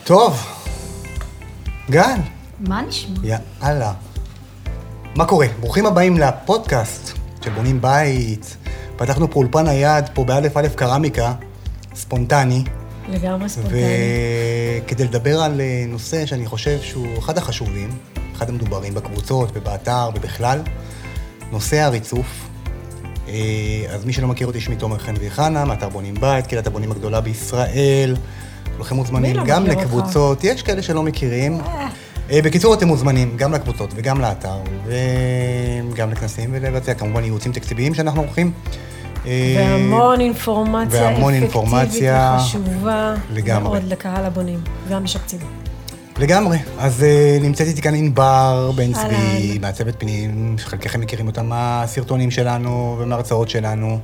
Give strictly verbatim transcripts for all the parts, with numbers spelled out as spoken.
טוב, גל. מה נשמע? יאללה. מה קורה? ברוכים הבאים לפודקאסט שבונים בית. פתחנו פה אולפן היד, פה באלף אלף קרמיקה, ספונטני. לגמרי ספונטני. וכדי לדבר על נושא שאני חושב שהוא אחד החשובים, אחד המדוברים בקבוצות ובאתר ובכלל, נושא הריצוף. אז מי שלא מכיר אותי, שמי תומר חן ויחנה, מאתר בונים בית, קהילת הבונים הגדולה בישראל. כולכם מוזמנים גם לקבוצות, יש כאלה שלא מכירים. בקיצור, אתם מוזמנים גם לקבוצות וגם לאתר, וגם לכנסים ולבצע, כמובן ייעוצים תקציביים שאנחנו עורכים. והמון אינפורמציה אפקטיבית וחשובה מאוד לקהל הבונים והמשפצים. לגמרי. אז נמצאת איתי כאן ענבר בן צבי, מעצבת פנים, חלקכם מכירים אותם מהסרטונים שלנו ומהרצאות שלנו.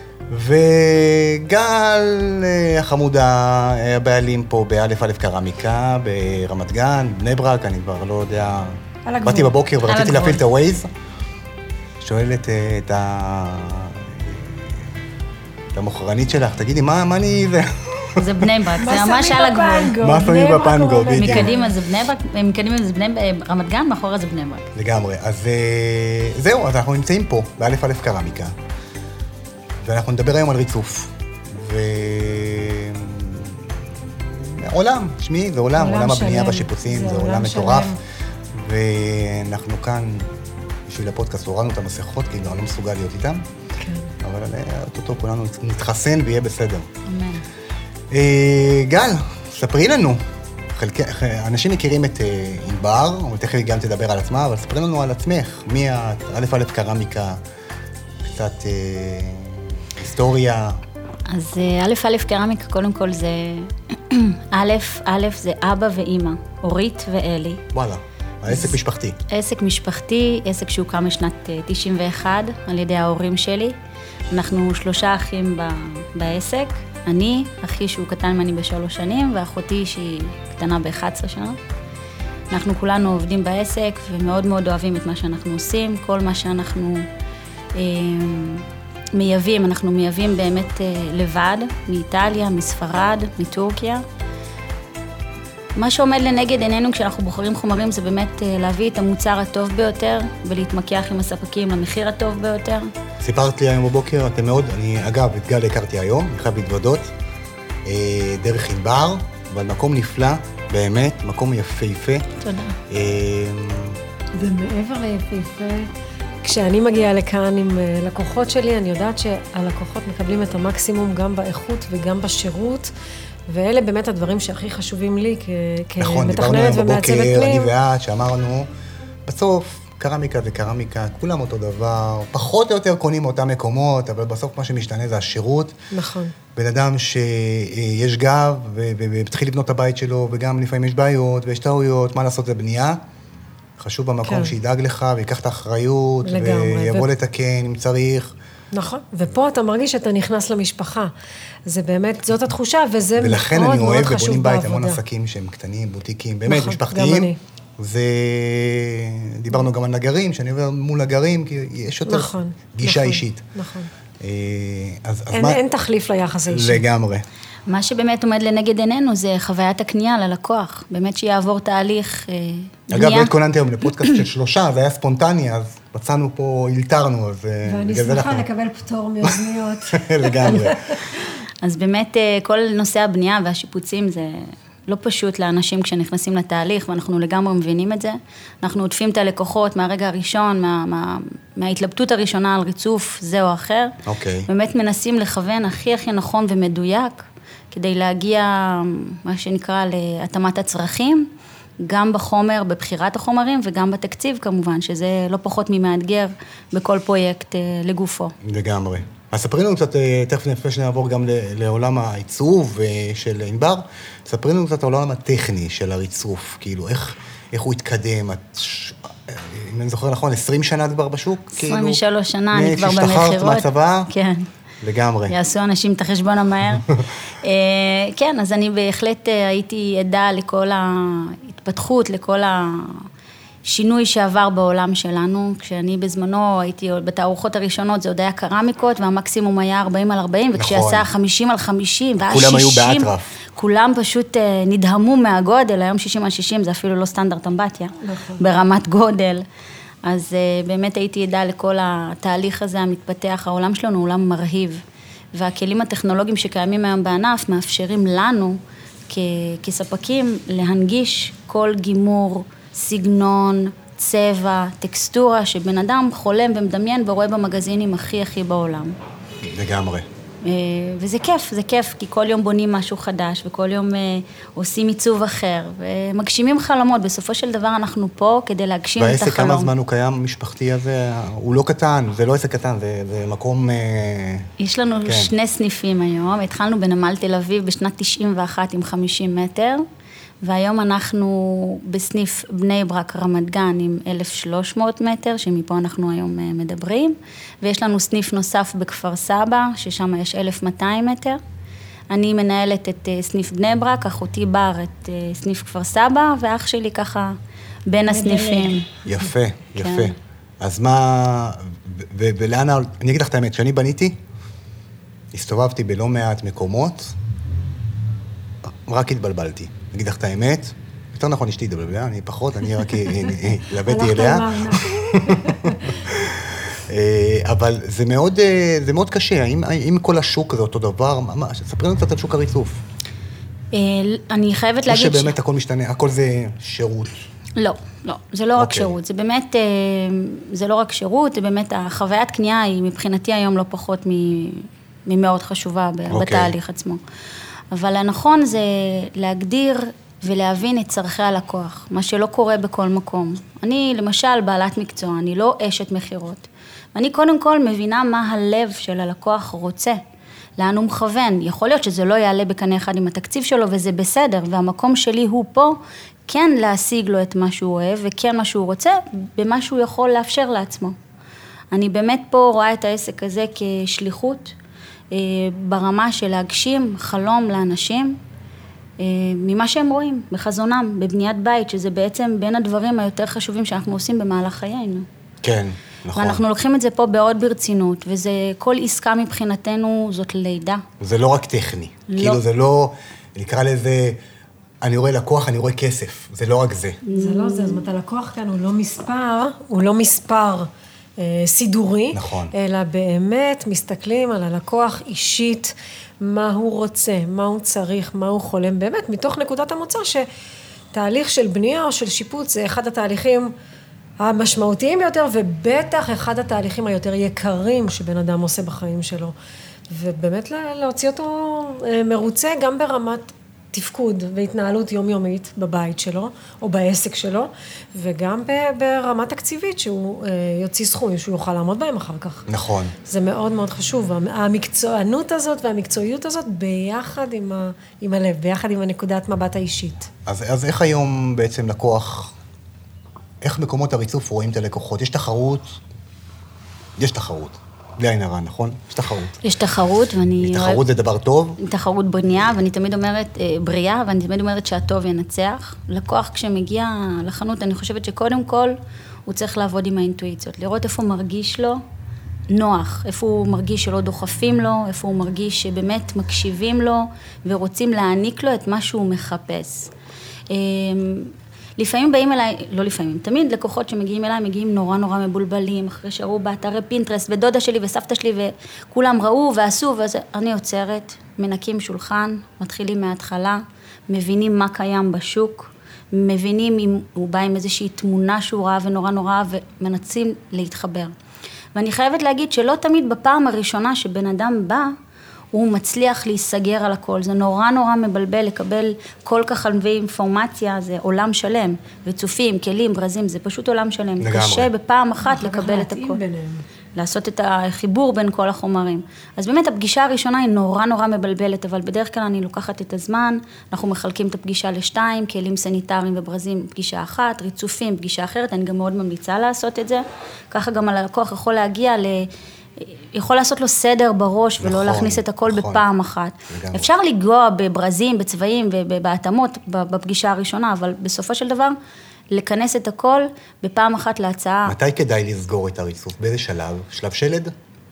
וגל החמודה, הבעלים פה באלף אלף קרמיקה, ברמת גן, בני ברק, אני כבר לא יודע. באתי בבוקר ורציתי להפעיל את הווייז. שואלת את המוכרנית שלך, תגידי, מה אני זה? זה בני ברק, זה ממש על הגבול. מה שמים בפנגו, בדיוק. מקדימה זה בני ברק, מקדימה זה בני רמת גן, מאחורה זה בני ברק. לגמרי, אז זהו, אז אנחנו נמצאים פה, באלף אלף קרמיקה. ואנחנו נדבר היום על ריצוף. ועולם, שמי, זה עולם, עולם הבנייה והשיפוצים, זה עולם מטורף. ואנחנו כאן, בשביל הפודקאסט, הורדנו את המסכות, כי אני לא מסוגל להיות איתם. אבל אותו כולנו נתחסן ויהיה בסדר. אמן. גל, ספרי לנו. אנשים מכירים את ענבר, אבל תכף גם תדבר על עצמה, אבל ספרי לנו על עצמך. מי האלף אלף קרמיקה, קצת היסטוריה. אז אלף אלף קרמיקה, קודם כל זה א', א', זה אבא ואמא, אורית ואלי. וואלה, העסק משפחתי. עסק משפחתי, עסק שהוקם משנת תשעים ואחת על ידי ההורים שלי. אנחנו שלושה אחים בעסק. אני, אחי שהוא קטן ממני בשלוש שנים, ואחותי שהיא קטנה ב-אחת עשרה שנה. אנחנו כולנו עובדים בעסק, ומאוד מאוד אוהבים את מה שאנחנו עושים. כל מה שאנחנו אה, מייבאים, אנחנו מייבאים באמת אה, לבד, מאיטליה, מספרד, מטורקיה. מה שעומד לנגד עינינו כשאנחנו בוחרים חומרים, זה באמת אה, להביא את המוצר הטוב ביותר, ולהתמקח עם הספקים למחיר הטוב ביותר. סיפרת לי היום בבוקר, אתם מאוד, אני אגב, את גל הכרתי היום, אני חייב להתוודות, אה, דרך ענבר, אבל מקום נפלא, באמת, מקום יפהפה. תודה. אה, ומעבר ליפהפה, כשאני מגיעה לכאן עם לקוחות שלי, אני יודעת שהלקוחות מקבלים את המקסימום גם באיכות וגם בשירות, ואלה באמת הדברים שהכי חשובים לי כמתכננת ומעצבת פנים. נכון, דיברנו היום בבוקר, אני ואת, שאמרנו, בסוף, קרמיקה זה קרמיקה, כולם אותו דבר, פחות או יותר קונים אותם מקומות, אבל בסוף מה שמשתנה זה השירות. נכון. בן אדם שיש גב, ומתחיל לבנות את הבית שלו, וגם לפעמים יש בעיות, ויש טעויות, מה לעשות זה בנייה. חשוב במקום כן. שידאג לך, ויקח את האחריות, לגמרי, ויבוא ו... לתקן אם צריך. נכון, ופה אתה מרגיש שאתה נכנס למשפחה. זה באמת, זאת התחושה, וזה מאוד מאוד חשוב בעבודה. ולכן אני אוהב בבונים בית המון עסקים שהם קטנים, בוטיקים, באמת נכון, משפחתיים. גם אני. זה, דיברנו גם על נגרים, שאני עובר מול נגרים, כי יש יותר נכון, גישה נכון, אישית. נכון. אז, אז אין, מה... אין תחליף ליחס האישי. לגמרי. מה שבאמת עומד לנגד עינינו זה חוויית הקנייה ללקוח, באמת שיעבור תהליך אה, אגב, בנייה. לא התכוננתי היום לפודקאסט של שלושה, זה היה ספונטני, אז מצאנו פה, הילתרנו, אז... ואני שמחה לקבל פטור מאוזניות. לגמרי. אז באמת כל נושא הבנייה והשיפוצים זה לא פשוט לאנשים כשנכנסים לתהליך, ואנחנו לגמרי מבינים את זה. אנחנו עוטפים את הלקוחות מהרגע הראשון, מה, מה, מההתלבטות הראשונה על ריצוף זה או אחר. אוקיי. באמת מנסים לכוון הכי הכי נכון ומדויק, כדי להגיע, מה שנקרא, להתאמת הצרכים, גם בחומר, בבחירת החומרים, וגם בתקציב כמובן, שזה לא פחות ממאתגר בכל פרויקט לגופו. לגמרי. אז ספרי לנו קצת, תכף לפני שנעבור גם לעולם העיצוב של ענבר, ספרי לנו קצת העולם הטכני של הריצוף, כאילו איך, איך הוא התקדם, את, אם אני זוכר נכון, עשרים שנה כבר בשוק? עשרים ושלוש שנה, אני כבר במחירות. שהשתחררת מהצבא? כן. לגמרי. יעשו אנשים את החשבון המהר. כן, אז אני בהחלט הייתי עדה לכל ההתפתחות, לכל השינוי שעבר בעולם שלנו. כשאני בזמנו הייתי בתערוכות הראשונות, זה עוד היה קרמיקות, והמקסימום היה ארבעים על ארבעים, וכשעשה חמישים על חמישים, והיה שישים. כולם היו באטרף. כולם פשוט נדהמו מהגודל, היום שישים על שישים זה אפילו לא סטנדרט אמבטיה, נכון. ברמת גודל. אז באמת הייתי עדה לכל התהליך הזה המתפתח, העולם שלנו הוא עולם מרהיב, והכלים הטכנולוגיים שקיימים היום בענף מאפשרים לנו כ- כספקים להנגיש כל גימור, סגנון, צבע, טקסטורה, שבן אדם חולם ומדמיין ורואה במגזינים הכי הכי בעולם. לגמרי. וזה כיף, זה כיף, כי כל יום בונים משהו חדש, וכל יום עושים עיצוב אחר, ומגשימים חלומות. בסופו של דבר אנחנו פה כדי להגשים את החלום. והעסק כמה זמן הוא קיים, המשפחתי הזה, הוא לא קטן, זה לא עסק קטן, זה, זה מקום... יש לנו כן. שני סניפים היום, התחלנו בנמל תל אביב בשנת תשעים ואחת עם חמישים מטר, והיום אנחנו בסניף בני ברק רמת גן עם אלף ושלוש מאות מטר, שמפה אנחנו היום מדברים, ויש לנו סניף נוסף בכפר סבא, ששם יש אלף ומאתיים מטר. אני מנהלת את סניף בני ברק, אחותי בר את סניף כפר סבא, ואח שלי ככה בין הסניפים. יפה, יפה. כן. אז מה, ו- ולאן, אני אגיד לך את האמת, שאני בניתי, הסתובבתי בלא מעט מקומות, רק התבלבלתי. אני אגיד לך את האמת, יותר נכון אשתי דבלבלה, אני פחות, אני רק לבאתי אליה. אבל זה מאוד, זה מאוד קשה, האם כל השוק זה אותו דבר? ספרי לנו קצת על שוק הריצוף. אני חייבת להגיד... או שבאמת הכל משתנה, הכל זה שירות. לא, לא, זה לא רק שירות, זה באמת, זה לא רק שירות, זה באמת, החוויית קנייה היא מבחינתי היום לא פחות ממאוד חשובה בתהליך עצמו. אבל הנכון זה להגדיר ולהבין את צרכי הלקוח, מה שלא קורה בכל מקום. אני למשל בעלת מקצוע, אני לא אשת מחירות. ואני קודם כל מבינה מה הלב של הלקוח רוצה, לאן הוא מכוון. יכול להיות שזה לא יעלה בקנה אחד עם התקציב שלו וזה בסדר, והמקום שלי הוא פה כן להשיג לו את מה שהוא אוהב וכן מה שהוא רוצה, במה שהוא יכול לאפשר לעצמו. אני באמת פה רואה את העסק הזה כשליחות, ברמה של להגשים חלום לאנשים, ממה שהם רואים, בחזונם, בבניית בית, שזה בעצם בין הדברים היותר חשובים שאנחנו עושים במהלך חיינו. כן, נכון. ואנחנו לוקחים את זה פה בעוד ברצינות, וזה כל עסקה מבחינתנו זאת לידה. זה לא רק טכני. לא. כאילו זה לא, נקרא לזה, אני רואה לקוח, אני רואה כסף. זה לא רק זה. זה לא זה, זאת אומרת, הלקוח כאן הוא לא מספר, הוא לא מספר סידורי, נכון. אלא באמת מסתכלים על הלקוח אישית, מה הוא רוצה, מה הוא צריך, מה הוא חולם, באמת, מתוך נקודת המוצא שתהליך של בנייה או של שיפוץ זה אחד התהליכים המשמעותיים ביותר, ובטח אחד התהליכים היותר יקרים שבן אדם עושה בחיים שלו. ובאמת להוציא אותו מרוצה גם ברמת תפקוד והתנהלות יומיומית בבית שלו, או בעסק שלו, וגם ברמה תקציבית שהוא יוציא סכום, שהוא יוכל לעמוד בהם אחר כך. נכון. זה מאוד מאוד חשוב. המקצוענות הזאת והמקצועיות הזאת ביחד עם, ה, עם הלב, ביחד עם הנקודת מבט האישית. אז, אז איך היום בעצם לקוח, איך מקומות הריצוף רואים את הלקוחות? יש תחרות? יש תחרות. בלי עין הרע, נכון? יש תחרות. יש תחרות, ואני... תחרות זה דבר טוב? תחרות בנייה, ואני תמיד אומרת, בריאה, ואני תמיד אומרת שהטוב ינצח. לקוח כשמגיע לחנות, אני חושבת שקודם כל, הוא צריך לעבוד עם האינטואיציות, לראות איפה הוא מרגיש לו נוח, איפה הוא מרגיש שלא דוחפים לו, איפה הוא מרגיש שבאמת מקשיבים לו, ורוצים להעניק לו את מה שהוא מחפש. לפעמים באים אליי, לא לפעמים, תמיד לקוחות שמגיעים אליי, מגיעים נורא נורא מבולבלים, אחרי שראו באתרי פינטרסט, ודודה שלי וסבתא שלי, וכולם ראו ועשו, ואז אני עוצרת, מנקים שולחן, מתחילים מההתחלה, מבינים מה קיים בשוק, מבינים אם הוא בא עם איזושהי תמונה שהוא ראה ונורא נורא, ומנסים להתחבר. ואני חייבת להגיד שלא תמיד בפעם הראשונה שבן אדם בא, הוא מצליח להיסגר על הכל, זה נורא נורא מבלבל לקבל כל כך הרבה אינפורמציה, זה עולם שלם, וצופים, כלים, ברזים, זה פשוט עולם שלם. לגמרי. קשה בפעם אחת לקבל את הכל. לעשות את החיבור בין כל החומרים. אז באמת הפגישה הראשונה היא נורא נורא מבלבלת, אבל בדרך כלל אני לוקחת את הזמן, אנחנו מחלקים את הפגישה לשתיים, כלים סניטריים וברזים, פגישה אחת, ריצופים, פגישה אחרת, אני גם מאוד ממליצה לעשות את זה. ככה גם הלקוח יכול להגיע ל... יכול לעשות לו סדר בראש ולא נכון, להכניס את הכל נכון, בפעם אחת. לגמרי. אפשר לגוע בברזים, בצבעים ובהתאמות בפגישה הראשונה, אבל בסופו של דבר, לכנס את הכל בפעם אחת להצעה. מתי כדאי לסגור את הריצוף? באיזה שלב? שלב שלד?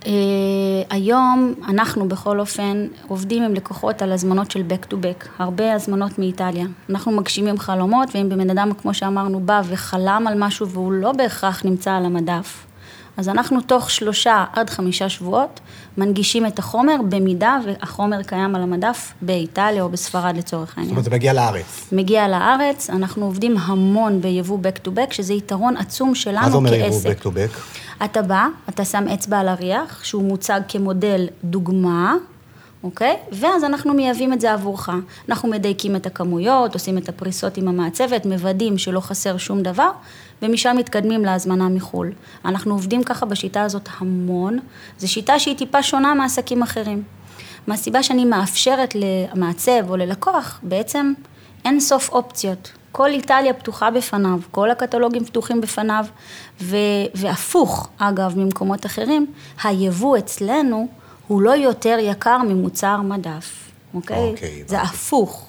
היום אנחנו בכל אופן עובדים עם לקוחות על הזמנות של back to back, הרבה הזמנות מאיטליה. אנחנו מגשימים חלומות, ואם בן אדם, כמו שאמרנו, בא וחלם על משהו והוא לא בהכרח נמצא על המדף, אז אנחנו תוך שלושה עד חמישה שבועות מנגישים את החומר במידה והחומר קיים על המדף באיטליה או בספרד לצורך העניין. זאת אומרת, זה מגיע לארץ. מגיע לארץ, אנחנו עובדים המון ביבוא back to back, שזה יתרון עצום שלנו כעסק. מה זה אומר יבוא back to back? אתה בא, אתה שם אצבע על הריח, שהוא מוצג כמודל דוגמה, אוקיי? ואז אנחנו מייבאים את זה עבורך. אנחנו מדייקים את הכמויות, עושים את הפריסות עם המעצבת, מוודאים שלא חסר שום דבר, ומשם מתקדמים להזמנה מחול. אנחנו עובדים ככה בשיטה הזאת המון. זו שיטה שהיא טיפה שונה מעסקים אחרים. מהסיבה שאני מאפשרת למעצב או ללקוח, בעצם אין סוף אופציות. כל איטליה פתוחה בפניו, כל הקטלוגים פתוחים בפניו, ו- והפוך, אגב, ממקומות אחרים, היבוא אצלנו הוא לא יותר יקר ממוצר מדף, אוקיי? אוקיי, זה הפוך.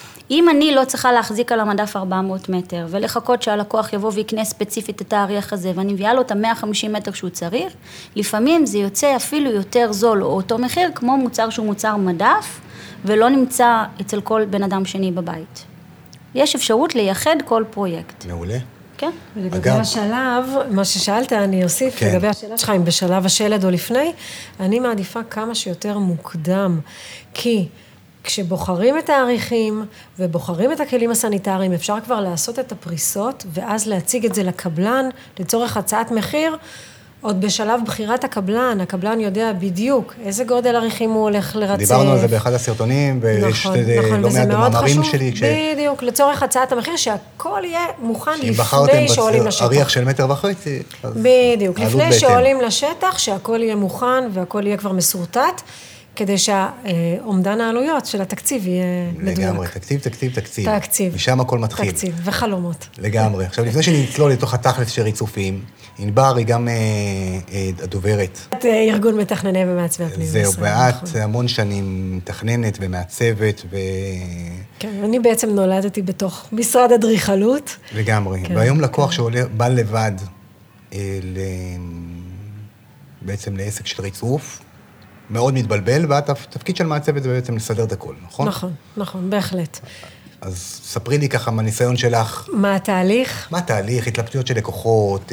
אם אני לא צריכה להחזיק על המדף ארבע מאות מטר, ולחכות שהלקוח יבוא ויקנה ספציפית את האריח הזה, ואני מביאה לו את ה-מאה וחמישים מטר שהוא צריך, לפעמים זה יוצא אפילו יותר זול, או אותו מחיר, כמו מוצר שהוא מוצר מדף, ולא נמצא אצל כל בן אדם שני בבית. יש אפשרות לייחד כל פרויקט. מעולה. כן. ולגבי אגב, השלב, מה ששאלת, אני אוסיף, כן. לגבי השאלה שלך, אם בשלב השלד או לפני, אני מעדיפה כמה שיותר מוקדם, כי כשבוחרים את העריכים ובוחרים את הכלים הסניטריים, אפשר כבר לעשות את הפריסות, ואז להציג את זה לקבלן, לצורך הצעת מחיר, עוד בשלב בחירת הקבלן, הקבלן יודע בדיוק איזה גודל עריכים הוא הולך לרצף. דיברנו על זה באחד הסרטונים, ויש נכון, נכון, לא מעט במאמרים שלי. כש... בדיוק, לצורך הצעת המחיר, שהכל יהיה מוכן לפני שעולים לשטח. אריח של מטר וחצי. בדיוק, לפני שעולים לשטח, שהכל יהיה מוכן, והכל יהיה כבר מסורטט, כדי שהעומדן העלויות של התקציב יהיה מדויק. לגמרי, תקציב, תקציב, תקציב. תקציב. ושם הכל מתחיל. תקציב, וחלומות. לגמרי. עכשיו, לפני שנצלול לתוך התכלס של ריצופים, ענבר היא גם הדוברת. את ארגון מתכנני ומעצבי הפנים. זהו, ואת המון שנים מתכננת ומעצבת ו... כן, אני בעצם נולדתי בתוך משרד אדריכלות. לגמרי. והיום לקוח שבא לבד, בעצם לעסק של ריצוף, מאוד מתבלבל, והתפקיד של מעצבת זה בעצם לסדר את הכל, נכון? נכון, נכון, בהחלט. אז ספרי לי ככה מהניסיון שלך. מה התהליך? מה התהליך, התלבטויות של לקוחות,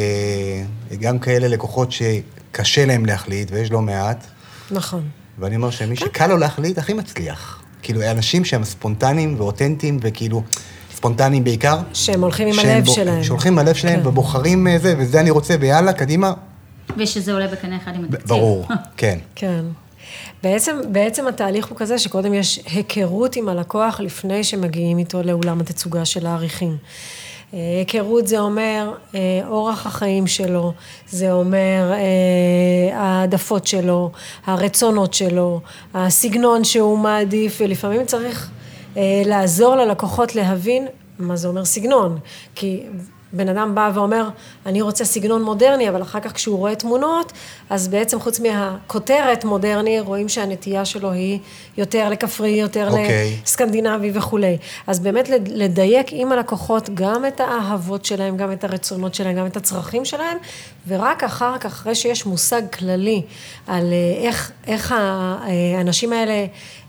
גם כאלה לקוחות שקשה להם להחליט, ויש לא מעט. נכון. ואני אומר שמי שקל לו להחליט, הכי מצליח. כאילו, אנשים שהם ספונטניים ואותנטיים, וכאילו, ספונטניים בעיקר. שהם הולכים עם הלב שלהם. שהולכים עם הלב שלהם, ובוחרים זה, וזה אני רוצה, ויאללה, קדימה. ושזה עולה בקנה אחד עם התקציב. ברור, כן. כן. בעצם, בעצם התהליך הוא כזה שקודם יש היכרות עם הלקוח לפני שמגיעים איתו לאולם התצוגה של העריכים. היכרות זה אומר אורח החיים שלו, זה אומר העדפות שלו, הרצונות שלו, הסגנון שהוא מעדיף, ולפעמים צריך לעזור ללקוחות להבין מה זה אומר סגנון, כי בן אדם בא ואומר, אני רוצה סגנון מודרני, אבל אחר כך כשהוא רואה תמונות, אז בעצם חוץ מהכותרת מודרני, רואים שהנטייה שלו היא יותר לכפרי, יותר okay. לסקנדינבי וכו'. אז באמת לדייק עם הלקוחות גם את האהבות שלהם, גם את הרצונות שלהם, גם את הצרכים שלהם, ורק אחר כך, אחרי שיש מושג כללי על איך, איך האנשים האלה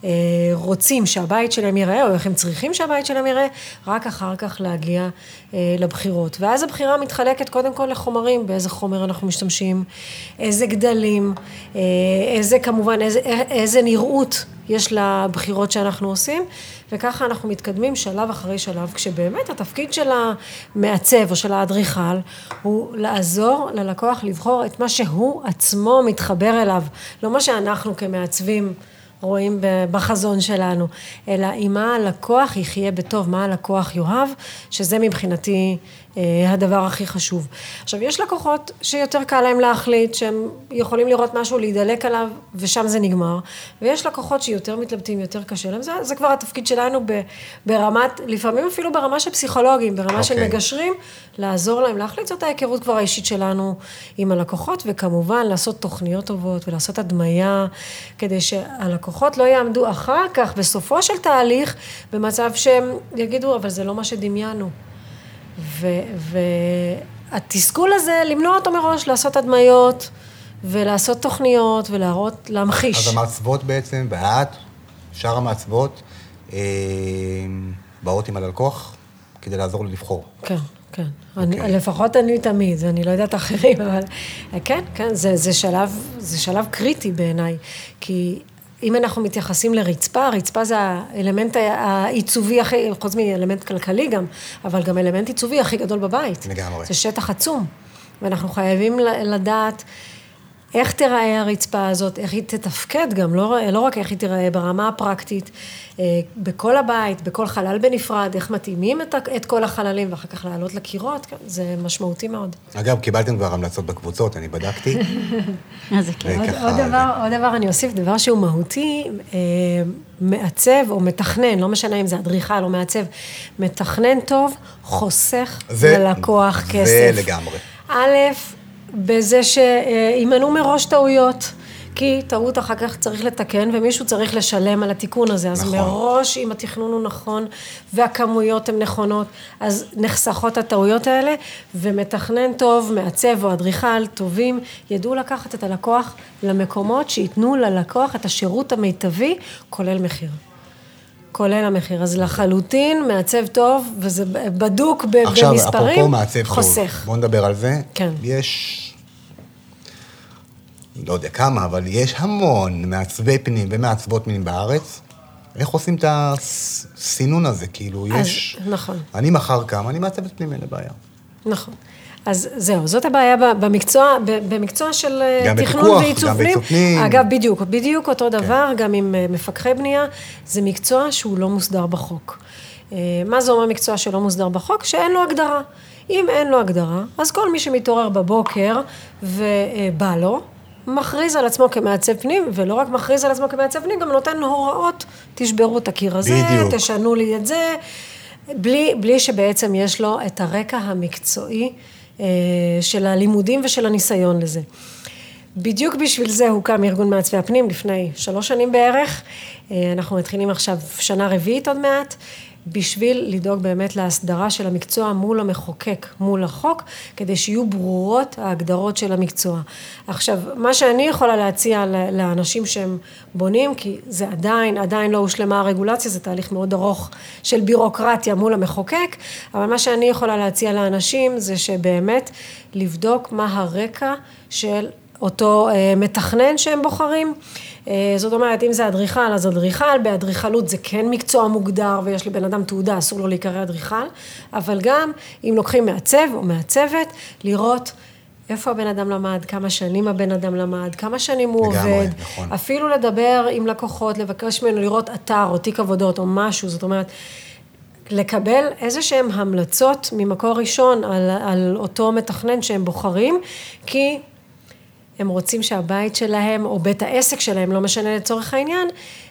רוצים שהבית שלהם ייראה, או איך הם צריכים שהבית שלהם ייראה, רק אחר כך להגיע לבחירות. ואז הבחירה מתחלקת קודם כל לחומרים, באיזה חומר אנחנו משתמשים, איזה גדלים, איזה כמובן, איזה, איזה נראות יש לבחירות שאנחנו עושים, וככה אנחנו מתקדמים שלב אחרי שלב, כשבאמת התפקיד של המעצב או של האדריכל, הוא לעזור ללקוח לבחור את מה שהוא עצמו מתחבר אליו, לא מה שאנחנו כמעצבים רואים בחזון שלנו, אלא עם מה הלקוח יחיה בטוב, מה הלקוח יאהב, שזה מבחינתי הדבר הכי חשוב. עכשיו, יש לקוחות שיותר קל להם להחליט, שהם יכולים לראות משהו, להידלק עליו, ושם זה נגמר, ויש לקוחות שיותר מתלבטים, יותר קשה להם, זה, זה כבר התפקיד שלנו ברמת, לפעמים אפילו ברמה של פסיכולוגים, ברמה okay. של מגשרים, לעזור להם להחליט, זאת ההיכרות כבר האישית שלנו עם הלקוחות, וכמובן לעשות תוכניות טובות, ולעשות הדמיה, כדי שהלקוחות לא יעמדו אחר כך, בסופו של תהליך, במצב שהם יגידו, אבל זה לא מה שדמיינו. והתסכול הזה, למנוע אותו מראש, לעשות הדמיות, ולעשות תוכניות ולהראות, להמחיש. אז המעצבות בעצם, ואת, שאר המעצבות, אה, באות עם הלקוח כדי לעזור לי לבחור. כן, כן. Okay. אני, לפחות אני תמיד, אני לא יודעת אחרים, אבל כן, כן, זה, זה שלב, זה שלב קריטי בעיניי, כי אם אנחנו מתייחסים לרצפה, הרצפה זה האלמנט העיצובי הכי, חוץ מאלמנט כלכלי גם, אבל גם אלמנט עיצובי הכי גדול בבית. לגמרי. זה שטח עצום, ואנחנו חייבים לדעת איך תיראה הרצפה הזאת, איך היא תתפקד גם, לא, לא רק איך היא תיראה ברמה הפרקטית, בכל הבית, בכל חלל בנפרד, איך מתאימים את, את כל החללים, ואחר כך לעלות לקירות, זה משמעותי מאוד. אגב, קיבלתם כבר המלצות בקבוצות, אני בדקתי. אז כן. עוד, עוד, דבר, עוד דבר, אני אוסיף, דבר שהוא מהותי, מעצב או מתכנן, לא משנה אם זה אדריכל או מעצב, מתכנן טוב, חוסך זה, ללקוח כסף. זה לגמרי. א', בזה שימנו מראש טעויות, כי טעות אחר כך צריך לתקן, ומישהו צריך לשלם על התיקון הזה. אז נכון. מראש, אם התכנון הוא נכון, והכמויות הן נכונות, אז נחסכות הטעויות האלה, ומתכנן טוב, מעצב או אדריכל טובים, ידעו לקחת את הלקוח למקומות שיתנו ללקוח את השירות המיטבי, כולל מחיר. כולל המחיר. אז לחלוטין, מעצב טוב, וזה בדוק במספרים, עכשיו, אפרופו מעצב חוסך. טוב, בואו נדבר על זה. כן. יש, לא יודע כמה, אבל יש המון מעצבי פנים ומעצבות פנים בארץ. איך עושים את הסינון הזה? כאילו, יש... אז, נכון. אני מחר כמה, אני מעצבת פנים, אין לבעיה. נכון. אז זהו, זאת הבעיה במקצוע, במקצוע של תכנון ועיצוב פנים. גם בעיצוב. אגב, בדיוק, בדיוק אותו דבר, גם עם מפקחי בנייה, זה מקצוע שהוא לא מוסדר בחוק. מה זה אומר מקצוע שלא מוסדר בחוק? שאין לו הגדרה. אם אין לו הגדרה, אז כל מי שמתעורר בבוקר ובא לו, מכריז על עצמו כמעצב פנים, ולא רק מכריז על עצמו כמעצב פנים, גם נותן הוראות, תשברו את הקיר הזה, בדיוק. תשנו לי את זה, בלי, בלי שבעצם יש לו את הרקע המקצועי, של הלימודים ושל הניסיון לזה. בדיוק בשביל זה הוקם ארגון מעצבי הפנים לפני שלוש שנים בערך. אנחנו מתחילים עכשיו שנה רביעית עוד מעט, בשביל לדאוג באמת להסדרה של המקצוע מול המחוקק, מול החוק, כדי שיהיו ברורות ההגדרות של המקצוע. עכשיו, מה שאני יכולה להציע לאנשים שהם בונים, כי זה עדיין, עדיין לא הושלמה הרגולציה, זה תהליך מאוד ארוך של בירוקרטיה מול המחוקק, אבל מה שאני יכולה להציע לאנשים זה שבאמת לבדוק מה הרקע של אותו מתכנן שהם בוחרים. זאת אומרת, אם זה אדריכל, אז אדריכל, באדריכלות זה כן מקצוע מוגדר, ויש לבן אדם תעודה, אסור לו להיקרא אדריכל, אבל גם אם לוקחים מעצב או מעצבת, לראות איפה הבן אדם למד, כמה שנים הבן אדם למד, כמה שנים הוא לגמרי, עובד, נכון. אפילו לדבר עם לקוחות, לבקש ממנו לראות אתר או תיק עבודות או משהו, זאת אומרת, לקבל איזה שהם המלצות ממקור ראשון על, על אותו מתכנן שהם בוחרים, כי הם רוצים שהבית שלהם, או בית העסק שלהם, לא משנה לצורך העניין,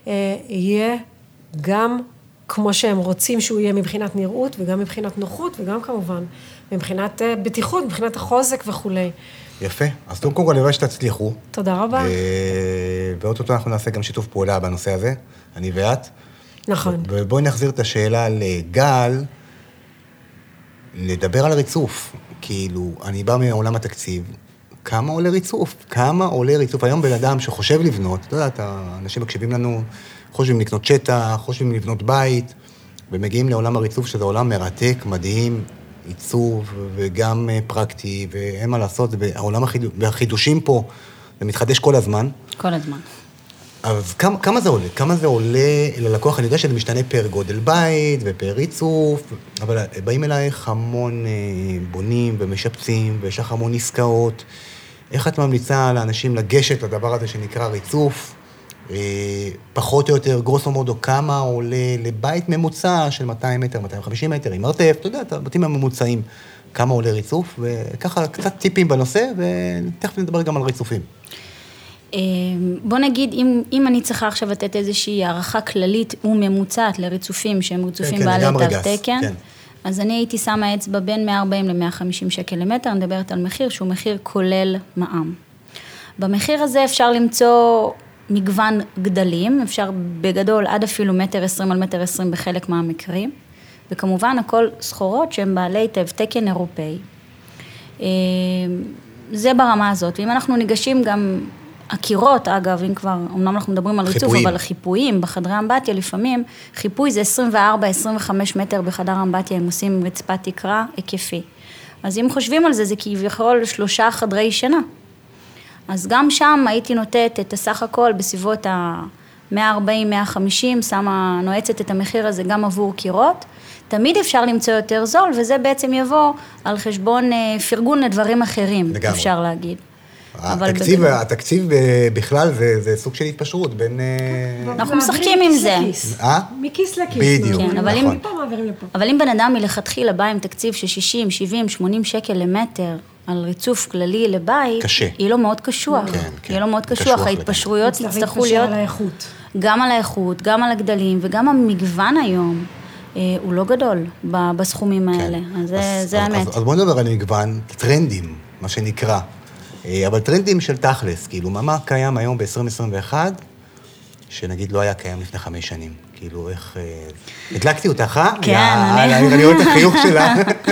יהיה גם כמו שהם רוצים שהוא יהיה מבחינת נראות, וגם מבחינת נוחות, וגם כמובן מבחינת בטיחות, מבחינת החוזק וכו'. יפה. אז קודם כל, אני רואה שתצליחו. תודה רבה. ואוטוטו אנחנו נעשה גם שיתוף פעולה בנושא הזה, אני ואת. נכון. ובואי נחזיר את השאלה לגל, לדבר על ריצוף. כאילו, אני בא מעולם התקציב, כמה עולה ריצוף? כמה עולה ריצוף? היום בן אדם שחושב לבנות, אתה יודע, האנשים מקשיבים לנו, חושבים לקנות שטח, חושבים לבנות בית, ומגיעים לעולם הריצוף, שזה עולם מרתק, מדהים, עיצוב וגם פרקטי, ואין מה לעשות, העולם החידושים פה, זה מתחדש כל הזמן. כל הזמן. אז כמה, כמה זה עולה? כמה זה עולה ללקוח? אני יודע שזה משתנה פר גודל בית ופר ריצוף, אבל באים אלייך המון בונים ומשפצים, ויש לך המון עסקאות. איך את ממליצה לאנשים לגשת לדבר הזה שנקרא ריצוף? פחות או יותר, גרוסו מודו, כמה עולה לבית ממוצע של מאתיים מטר, מאתיים וחמישים מטר, עם מרתף, אתה יודע, את הבתים הממוצעים, כמה עולה ריצוף, וככה קצת טיפים בנושא, ותכף נדבר גם על ריצופים. בוא נגיד, אם, אם אני צריכה עכשיו לתת איזושהי הערכה כללית וממוצעת לריצופים, שהם ריצופים בעלי תו תקן, כן. אז אני הייתי שמה אצבע בין מאה וארבעים למאה וחמישים שקל למטר, אני מדברת על מחיר שהוא מחיר כולל מע"מ. במחיר הזה אפשר למצוא מגוון גדלים, אפשר בגדול עד אפילו מטר עשרים על מטר עשרים בחלק מהמקרים, וכמובן הכל סחורות שהן בעלי תו תקן אירופאי. זה ברמה הזאת. ואם אנחנו ניגשים גם, הקירות, אגב, אם כבר, אמנם אנחנו מדברים על ריצוף, אבל החיפויים בחדרי אמבטיה, לפעמים, חיפוי זה עשרים וארבע עד עשרים וחמש מטר בחדר אמבטיה, הם עושים רצפת תקרה היקפי. אז אם חושבים על זה, זה כביכול שלושה חדרי שינה. אז גם שם הייתי נותנת את הסך הכל בסביבות ה-מאה ארבעים מאה וחמישים, שמה, נועצת את המחיר הזה גם עבור קירות. תמיד אפשר למצוא יותר זול, וזה בעצם יבוא על חשבון פרגון לדברים אחרים, לגמרי. אפשר להגיד. התקציב, התקציב בכלל זה, זה סוג של התפשרות בין... אנחנו משחקים עם זה. מכיס לכיס. בדיוק, כן, אבל, נכון. אם, אבל אם בן אדם מלכתחילה בא עם תקציב של שישים, שבעים, שמונים שקל למטר, על ריצוף כללי לבית, קשה. יהיה לו מאוד קשוח. כן, כן. יהיה לו מאוד קשוח. ההתפשרויות יצטרכו להיות... על האיכות. גם על האיכות, גם על הגדלים, וגם המגוון היום. הוא לא גדול בסכומים האלה, כן. אז זה, אז, זה אז, האמת. אז, אז בוא נדבר על מגוון טרנדים, מה שנקרא. אבל טרנדים של תכלס, כאילו, מה, מה קיים היום ב-עשרים עשרים ואחת, שנגיד לא היה קיים לפני חמש שנים? כאילו, איך... הדלקתי אותך, אה? כן, אני... אני רואה את החיוך שלה.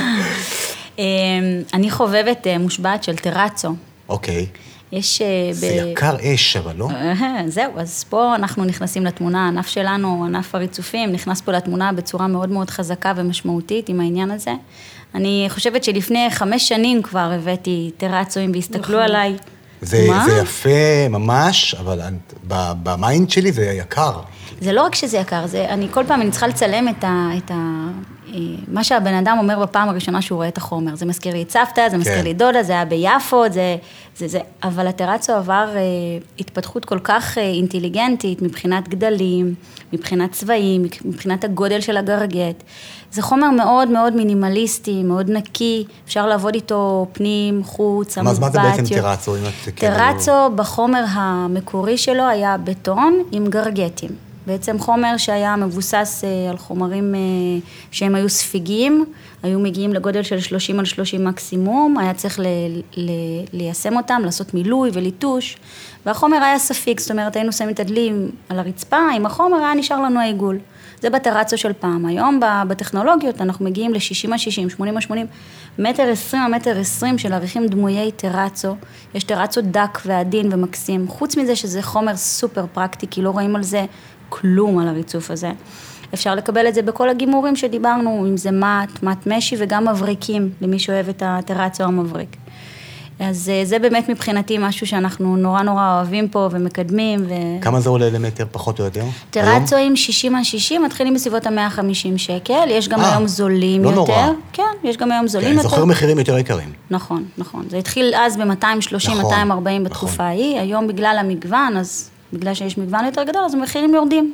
אני חובבת מושבעת של טרצו. אוקיי. יש... זה יקר אש, אבל לא? זהו, אז פה אנחנו נכנסים לתמונה, הענף שלנו, ענף הריצופים, נכנס פה לתמונה בצורה מאוד מאוד חזקה ומשמעותית עם העניין הזה. אני חושבת שלפני חמש שנים כבר הבאתי טרצוים והסתכלו עליי. זה, זה יפה ממש, אבל במיינד שלי זה יקר. זה לא רק שזה יקר, זה, אני כל פעם אני צריכה לצלם את ה... את ה מה שהבן אדם אומר בפעם הראשונה שהוא רואה את החומר, זה מזכיר לי את סבתא, זה מזכיר לי דודה, זה היה ביפו, זה, זה, זה, אבל הטרצו עבר אה, התפתחות כל כך אה, אינטליגנטית, מבחינת גדלים, מבחינת צבעים, מבחינת הגודל של הגרגט. זה חומר מאוד מאוד מינימליסטי, מאוד נקי, אפשר לעבוד איתו פנים, חוץ, אמבטיות. אז מה זה בעצם טרצו? טרצו בחומר המקורי שלו היה בטון עם גרגטים. בעצם חומר שהיה מבוסס על חומרים שהם היו ספיגיים, היו מגיעים לגודל של שלושים על שלושים מקסימום, היה צריך ל- ל- ליישם אותם, לעשות מילוי וליטוש, והחומר היה ספיק, זאת אומרת, היינו שמים את הדלים על הרצפה, עם החומר היה נשאר לנו העיגול. זה בטרצו של פעם. היום בטכנולוגיות אנחנו מגיעים ל-שישים על שישים, שמונים על שמונים, מטר עשרים על מטר עשרים של עריכים דמויי טרצו. יש טרצו דק ועדין ומקסים. חוץ מזה שזה חומר סופר פרקטי, כי לא רואים על זה כלום על הריצוף הזה. אפשר לקבל את זה בכל הגימורים שדיברנו, אם זה מת, מת משי וגם מבריקים, למי שאוהב את הטרצו המבריק. אז זה באמת מבחינתי משהו שאנחנו נורא נורא אוהבים פה ומקדמים. ו... כמה זה עולה למטר פחות או יותר? טרצו עם שישים על שישים, מתחילים בסביבות ה-מאה וחמישים שקל, יש גם 아, היום זולים לא יותר. נורא. כן, יש גם היום זולים כן, יותר. זוכר מחירים יותר יקרים. נכון, נכון. זה התחיל אז ב-מאתיים שלושים עד מאתיים ארבעים נכון, בתקופה נכון. ההיא, היום בגלל המגוון, אז בגלל שיש מגוון יותר גדול, אז המחירים יורדים.